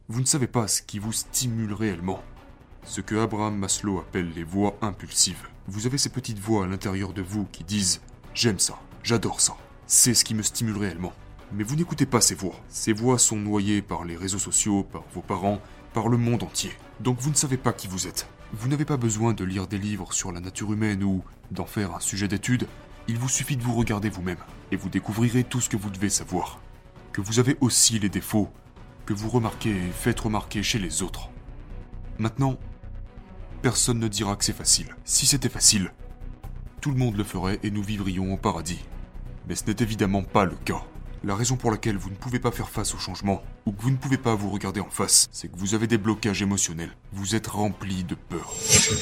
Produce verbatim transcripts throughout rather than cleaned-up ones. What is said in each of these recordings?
Vous ne savez pas ce qui vous stimule réellement. Ce que Abraham Maslow appelle les voix impulsives. Vous avez ces petites voix à l'intérieur de vous qui disent « J'aime ça, j'adore ça, c'est ce qui me stimule réellement ». Mais vous n'écoutez pas ces voix. Ces voix sont noyées par les réseaux sociaux, par vos parents, par le monde entier. Donc vous ne savez pas qui vous êtes. Vous n'avez pas besoin de lire des livres sur la nature humaine ou d'en faire un sujet d'étude. Il vous suffit de vous regarder vous-même et vous découvrirez tout ce que vous devez savoir. Que vous avez aussi les défauts que vous remarquez et faites remarquer chez les autres. Maintenant, personne ne dira que c'est facile. Si c'était facile, tout le monde le ferait et nous vivrions au paradis. Mais ce n'est évidemment pas le cas. La raison pour laquelle vous ne pouvez pas faire face au changement, ou que vous ne pouvez pas vous regarder en face, c'est que vous avez des blocages émotionnels. Vous êtes rempli de peur.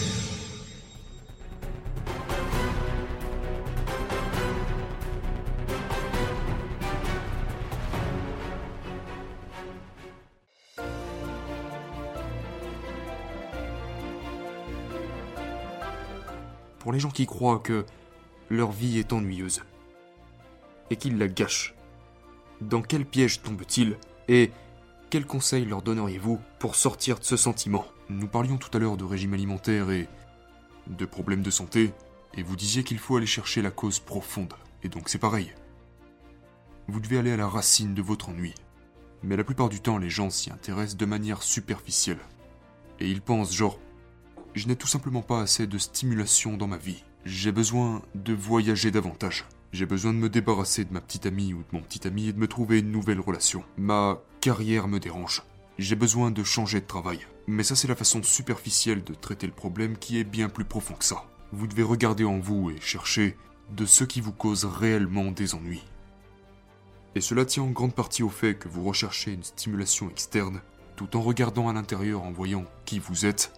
Pour les gens qui croient que leur vie est ennuyeuse et qu'ils la gâchent, dans quel piège tombent-ils et quels conseils leur donneriez-vous pour sortir de ce sentiment? Nous parlions tout à l'heure de régime alimentaire et de problèmes de santé, et vous disiez qu'il faut aller chercher la cause profonde. Et donc c'est pareil. Vous devez aller à la racine de votre ennui. Mais la plupart du temps, les gens s'y intéressent de manière superficielle. Et ils pensent genre, je n'ai tout simplement pas assez de stimulation dans ma vie. J'ai besoin de voyager davantage. J'ai besoin de me débarrasser de ma petite amie ou de mon petit ami et de me trouver une nouvelle relation. Ma carrière me dérange. J'ai besoin de changer de travail. Mais ça, c'est la façon superficielle de traiter le problème qui est bien plus profond que ça. Vous devez regarder en vous et chercher de ce qui vous cause réellement des ennuis. Et cela tient en grande partie au fait que vous recherchez une stimulation externe, tout en regardant à l'intérieur en voyant qui vous êtes,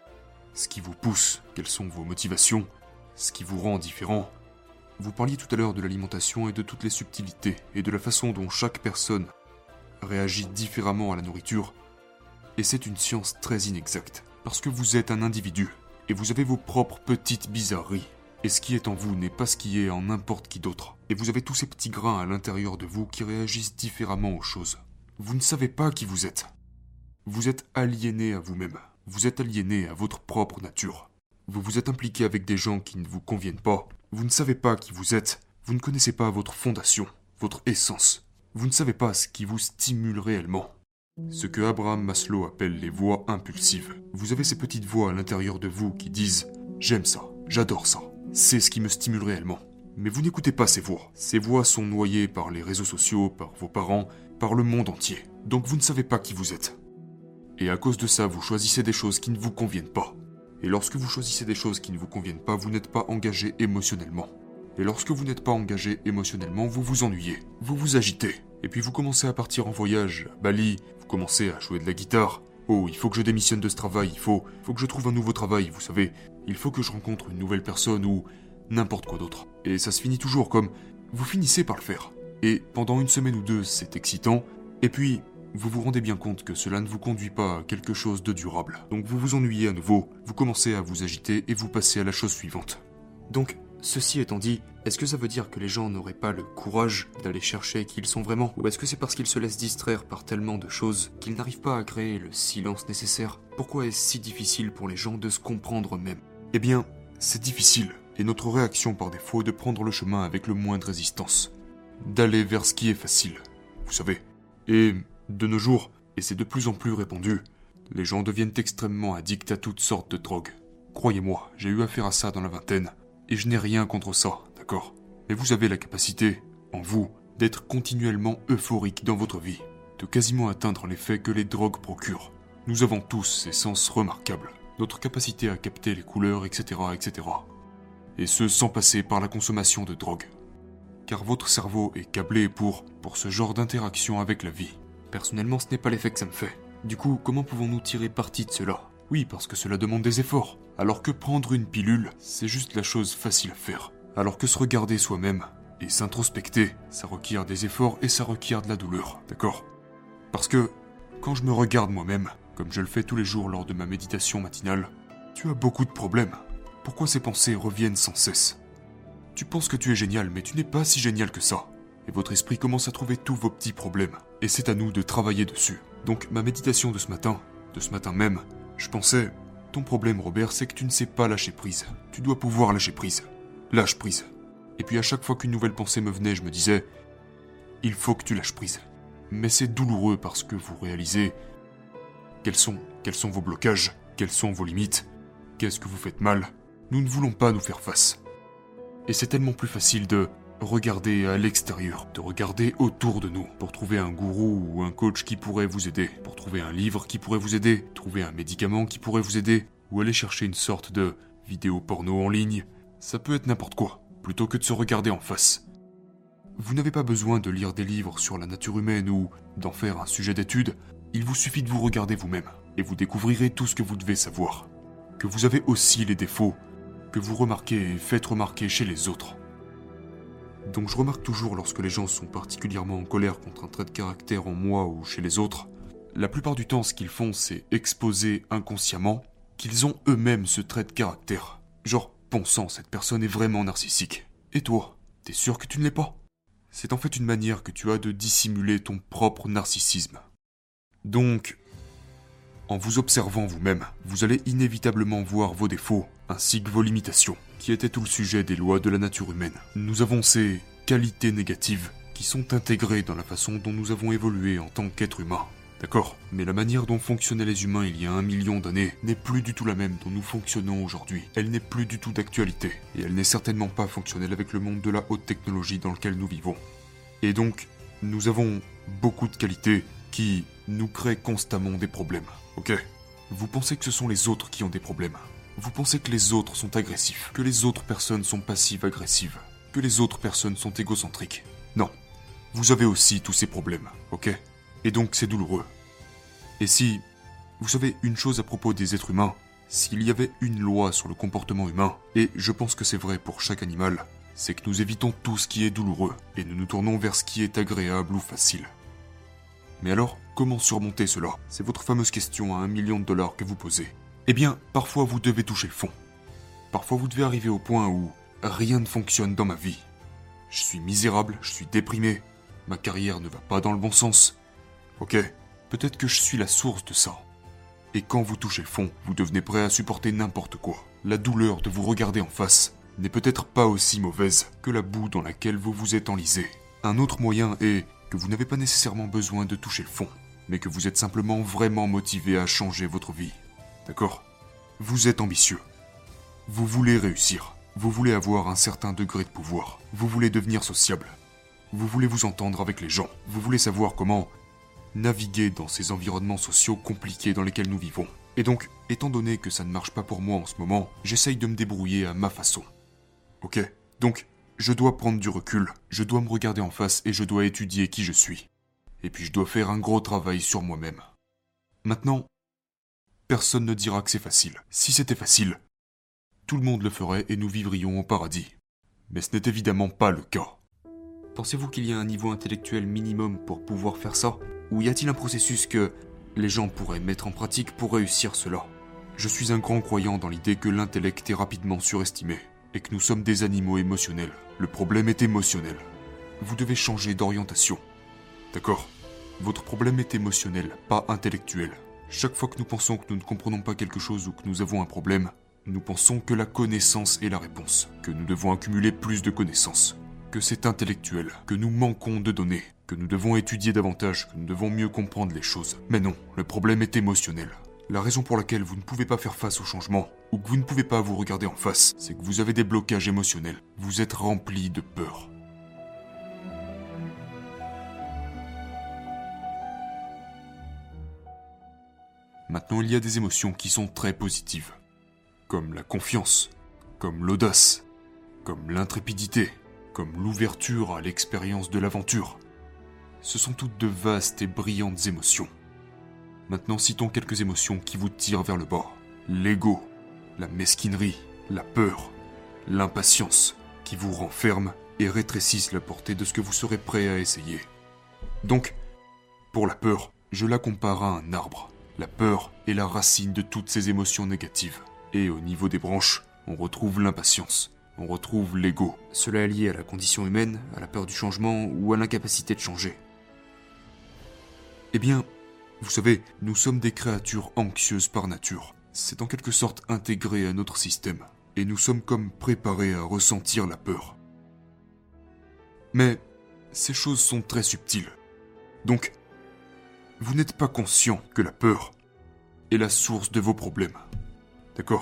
ce qui vous pousse, quelles sont vos motivations, ce qui vous rend différent. Vous parliez tout à l'heure de l'alimentation et de toutes les subtilités, et de la façon dont chaque personne réagit différemment à la nourriture, et c'est une science très inexacte, parce que vous êtes un individu, et vous avez vos propres petites bizarreries, et ce qui est en vous n'est pas ce qui est en n'importe qui d'autre, et vous avez tous ces petits grains à l'intérieur de vous qui réagissent différemment aux choses. Vous ne savez pas qui vous êtes. Vous êtes aliéné à vous-même, vous êtes aliéné à votre propre nature. Vous vous êtes impliqué avec des gens qui ne vous conviennent pas. Vous ne savez pas qui vous êtes. Vous ne connaissez pas votre fondation, votre essence. Vous ne savez pas ce qui vous stimule réellement. Ce que Abraham Maslow appelle les voix impulsives. Vous avez ces petites voix à l'intérieur de vous qui disent « J'aime ça, j'adore ça, c'est ce qui me stimule réellement ». Mais vous n'écoutez pas ces voix. Ces voix sont noyées par les réseaux sociaux, par vos parents, par le monde entier. Donc vous ne savez pas qui vous êtes. Et à cause de ça, vous choisissez des choses qui ne vous conviennent pas. Et lorsque vous choisissez des choses qui ne vous conviennent pas, vous n'êtes pas engagé émotionnellement. Et lorsque vous n'êtes pas engagé émotionnellement, vous vous ennuyez, vous vous agitez. Et puis vous commencez à partir en voyage, à Bali, vous commencez à jouer de la guitare. Oh, il faut que je démissionne de ce travail, il faut, faut que je trouve un nouveau travail, vous savez. Il faut que je rencontre une nouvelle personne ou n'importe quoi d'autre. Et ça se finit toujours comme, vous finissez par le faire. Et pendant une semaine ou deux, c'est excitant. Et puis, vous vous rendez bien compte que cela ne vous conduit pas à quelque chose de durable. Donc vous vous ennuyez à nouveau, vous commencez à vous agiter et vous passez à la chose suivante. Donc, ceci étant dit, est-ce que ça veut dire que les gens n'auraient pas le courage d'aller chercher qui ils sont vraiment? Ou est-ce que c'est parce qu'ils se laissent distraire par tellement de choses qu'ils n'arrivent pas à créer le silence nécessaire? Pourquoi est-ce si difficile pour les gens de se comprendre eux-mêmes? Eh bien, c'est difficile, et notre réaction par défaut est de prendre le chemin avec le moins de résistance. D'aller vers ce qui est facile, vous savez. Et de nos jours, et c'est de plus en plus répandu, les gens deviennent extrêmement addicts à toutes sortes de drogues. Croyez-moi, j'ai eu affaire à ça dans la vingtaine, et je n'ai rien contre ça, d'accord? Mais vous avez la capacité, en vous, d'être continuellement euphorique dans votre vie, de quasiment atteindre l'effet que les drogues procurent. Nous avons tous ces sens remarquables, notre capacité à capter les couleurs, et cetera, et cetera. Et ce, sans passer par la consommation de drogue. Car votre cerveau est câblé pour, pour ce genre d'interaction avec la vie. Personnellement, ce n'est pas l'effet que ça me fait. Du coup, comment pouvons-nous tirer parti de cela? Oui, parce que cela demande des efforts. Alors que prendre une pilule, c'est juste la chose facile à faire. Alors que se regarder soi-même et s'introspecter, ça requiert des efforts et ça requiert de la douleur, d'accord? Parce que, quand je me regarde moi-même, comme je le fais tous les jours lors de ma méditation matinale, tu as beaucoup de problèmes. Pourquoi ces pensées reviennent sans cesse? Tu penses que tu es génial, mais tu n'es pas si génial que ça. Et votre esprit commence à trouver tous vos petits problèmes. Et c'est à nous de travailler dessus, Donc ma méditation de ce matin, de ce matin même, je pensais, ton problème Robert, c'est que tu ne sais pas lâcher prise. Tu dois pouvoir lâcher prise. Lâche prise. Et puis à chaque fois qu'une nouvelle pensée me venait, je me disais, il faut que tu lâches prise. Mais c'est douloureux parce que vous réalisez quels sont, quels sont vos blocages, quelles sont vos limites, qu'est-ce que vous faites mal. Nous ne voulons pas nous faire face. Et c'est tellement plus facile de regarder à l'extérieur, de regarder autour de nous, pour trouver un gourou ou un coach qui pourrait vous aider, pour trouver un livre qui pourrait vous aider, trouver un médicament qui pourrait vous aider, ou aller chercher une sorte de vidéo porno en ligne. Ça peut être n'importe quoi, plutôt que de se regarder en face. Vous n'avez pas besoin de lire des livres sur la nature humaine ou d'en faire un sujet d'étude, il vous suffit de vous regarder vous-même, et vous découvrirez tout ce que vous devez savoir. Que vous avez aussi les défauts, que vous remarquez et faites remarquer chez les autres. Donc je remarque toujours lorsque les gens sont particulièrement en colère contre un trait de caractère en moi ou chez les autres, la plupart du temps ce qu'ils font c'est exposer inconsciemment qu'ils ont eux-mêmes ce trait de caractère. Genre, pensant cette personne est vraiment narcissique. Et toi, t'es sûr que tu ne l'es pas? C'est en fait une manière que tu as de dissimuler ton propre narcissisme. Donc, en vous observant vous-même, vous allez inévitablement voir vos défauts, ainsi que vos limitations, qui étaient tout le sujet des lois de la nature humaine. Nous avons ces qualités négatives qui sont intégrées dans la façon dont nous avons évolué en tant qu'êtres humains. D'accord, mais la manière dont fonctionnaient les humains il y a un million d'années n'est plus du tout la même dont nous fonctionnons aujourd'hui. Elle n'est plus du tout d'actualité, et elle n'est certainement pas fonctionnelle avec le monde de la haute technologie dans lequel nous vivons. Et donc, nous avons beaucoup de qualités qui nous créent constamment des problèmes. Ok, vous pensez que ce sont les autres qui ont des problèmes. Vous pensez que les autres sont agressifs, que les autres personnes sont passives-agressives, que les autres personnes sont égocentriques. Non, vous avez aussi tous ces problèmes, ok? Et donc c'est douloureux. Et si, vous savez une chose à propos des êtres humains, s'il y avait une loi sur le comportement humain, et je pense que c'est vrai pour chaque animal, c'est que nous évitons tout ce qui est douloureux, et nous nous tournons vers ce qui est agréable ou facile. Mais alors, comment surmonter cela? C'est votre fameuse question à un million de dollars que vous posez. Eh bien, parfois vous devez toucher le fond. Parfois vous devez arriver au point où rien ne fonctionne dans ma vie. Je suis misérable, je suis déprimé, ma carrière ne va pas dans le bon sens. Ok, peut-être que je suis la source de ça. Et quand vous touchez le fond, vous devenez prêt à supporter n'importe quoi. La douleur de vous regarder en face n'est peut-être pas aussi mauvaise que la boue dans laquelle vous vous êtes enlisé. Un autre moyen est que vous n'avez pas nécessairement besoin de toucher le fond, mais que vous êtes simplement vraiment motivé à changer votre vie. D'accord? Vous êtes ambitieux. Vous voulez réussir. Vous voulez avoir un certain degré de pouvoir. Vous voulez devenir sociable. Vous voulez vous entendre avec les gens. Vous voulez savoir comment naviguer dans ces environnements sociaux compliqués dans lesquels nous vivons. Et donc, étant donné que ça ne marche pas pour moi en ce moment, j'essaye de me débrouiller à ma façon. Ok? Donc, je dois prendre du recul, je dois me regarder en face et je dois étudier qui je suis. Et puis je dois faire un gros travail sur moi-même. Maintenant, personne ne dira que c'est facile. Si c'était facile, tout le monde le ferait et nous vivrions au paradis. Mais ce n'est évidemment pas le cas. Pensez-vous qu'il y a un niveau intellectuel minimum pour pouvoir faire ça? Ou y a-t-il un processus que les gens pourraient mettre en pratique pour réussir cela? Je suis un grand croyant dans l'idée que l'intellect est rapidement surestimé, et que nous sommes des animaux émotionnels. Le problème est émotionnel. Vous devez changer d'orientation. D'accord? Votre problème est émotionnel, pas intellectuel. Chaque fois que nous pensons que nous ne comprenons pas quelque chose ou que nous avons un problème, nous pensons que la connaissance est la réponse, que nous devons accumuler plus de connaissances, que c'est intellectuel, que nous manquons de données, que nous devons étudier davantage, que nous devons mieux comprendre les choses. Mais non, le problème est émotionnel. La raison pour laquelle vous ne pouvez pas faire face au changement, ou que vous ne pouvez pas vous regarder en face, c'est que vous avez des blocages émotionnels. Vous êtes rempli de peur. Maintenant, il y a des émotions qui sont très positives, comme la confiance, comme l'audace, comme l'intrépidité, comme l'ouverture à l'expérience de l'aventure. Ce sont toutes de vastes et brillantes émotions. Maintenant, citons quelques émotions qui vous tirent vers le bas. L'ego, la mesquinerie, la peur, l'impatience, qui vous renferment et rétrécissent la portée de ce que vous serez prêt à essayer. Donc, pour la peur, je la compare à un arbre. La peur est la racine de toutes ces émotions négatives. Et au niveau des branches, on retrouve l'impatience, on retrouve l'ego. Cela est lié à la condition humaine, à la peur du changement ou à l'incapacité de changer. Eh bien, Vous savez, nous sommes des créatures anxieuses par nature. C'est en quelque sorte intégré à notre système. Et nous sommes comme préparés à ressentir la peur. Mais ces choses sont très subtiles. Donc, vous n'êtes pas conscient que la peur est la source de vos problèmes. D'accord ?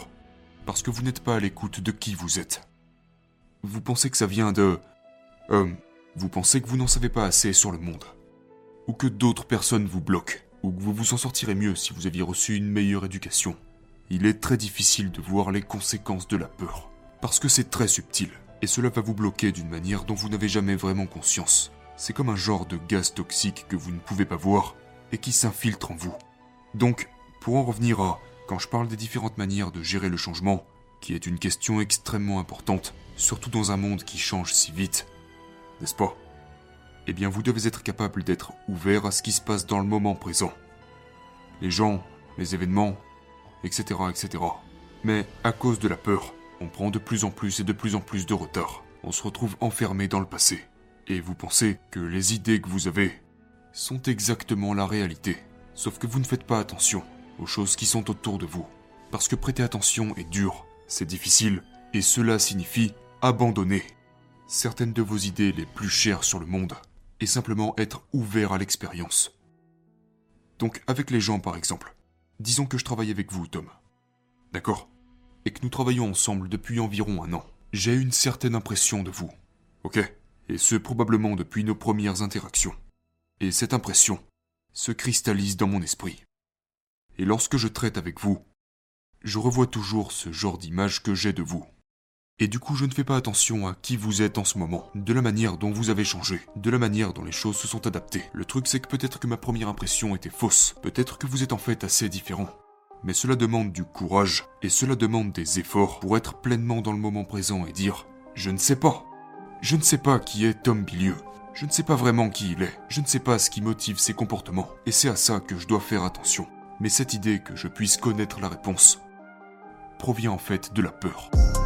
Parce que vous n'êtes pas à l'écoute de qui vous êtes. Vous pensez que ça vient de... Euh, vous pensez que vous n'en savez pas assez sur le monde. Ou que d'autres personnes vous bloquent. Ou que vous vous en sortirez mieux si vous aviez reçu une meilleure éducation. Il est très difficile de voir les conséquences de la peur. Parce que c'est très subtil. Et cela va vous bloquer d'une manière dont vous n'avez jamais vraiment conscience. C'est comme un genre de gaz toxique que vous ne pouvez pas voir et qui s'infiltre en vous. Donc, pour en revenir à... Quand je parle des différentes manières de gérer le changement, qui est une question extrêmement importante, surtout dans un monde qui change si vite, n'est-ce pas ? Eh bien, vous devez être capable d'être ouvert à ce qui se passe dans le moment présent. Les gens, les événements, et cetera, et cetera. Mais à cause de la peur, on prend de plus en plus et de plus en plus de retard. On se retrouve enfermé dans le passé. Et vous pensez que les idées que vous avez sont exactement la réalité. Sauf que vous ne faites pas attention aux choses qui sont autour de vous. Parce que prêter attention est dur, c'est difficile, et cela signifie abandonner certaines de vos idées les plus chères sur le monde, et simplement être ouvert à l'expérience. Donc avec les gens par exemple, disons que je travaille avec vous Tom, d'accord ? Et que nous travaillons ensemble depuis environ un an. J'ai une certaine impression de vous, ok ? Et ce probablement depuis nos premières interactions. Et cette impression se cristallise dans mon esprit. Et lorsque je traite avec vous, je revois toujours ce genre d'image que j'ai de vous. Et du coup, je ne fais pas attention à qui vous êtes en ce moment, de la manière dont vous avez changé, de la manière dont les choses se sont adaptées. Le truc, c'est que peut-être que ma première impression était fausse, peut-être que vous êtes en fait assez différent. Mais cela demande du courage, et cela demande des efforts pour être pleinement dans le moment présent et dire « Je ne sais pas. Je ne sais pas qui est Tom Bilieu. Je ne sais pas vraiment qui il est. Je ne sais pas ce qui motive ses comportements. Et c'est à ça que je dois faire attention. » Mais cette idée que je puisse connaître la réponse provient en fait de la peur.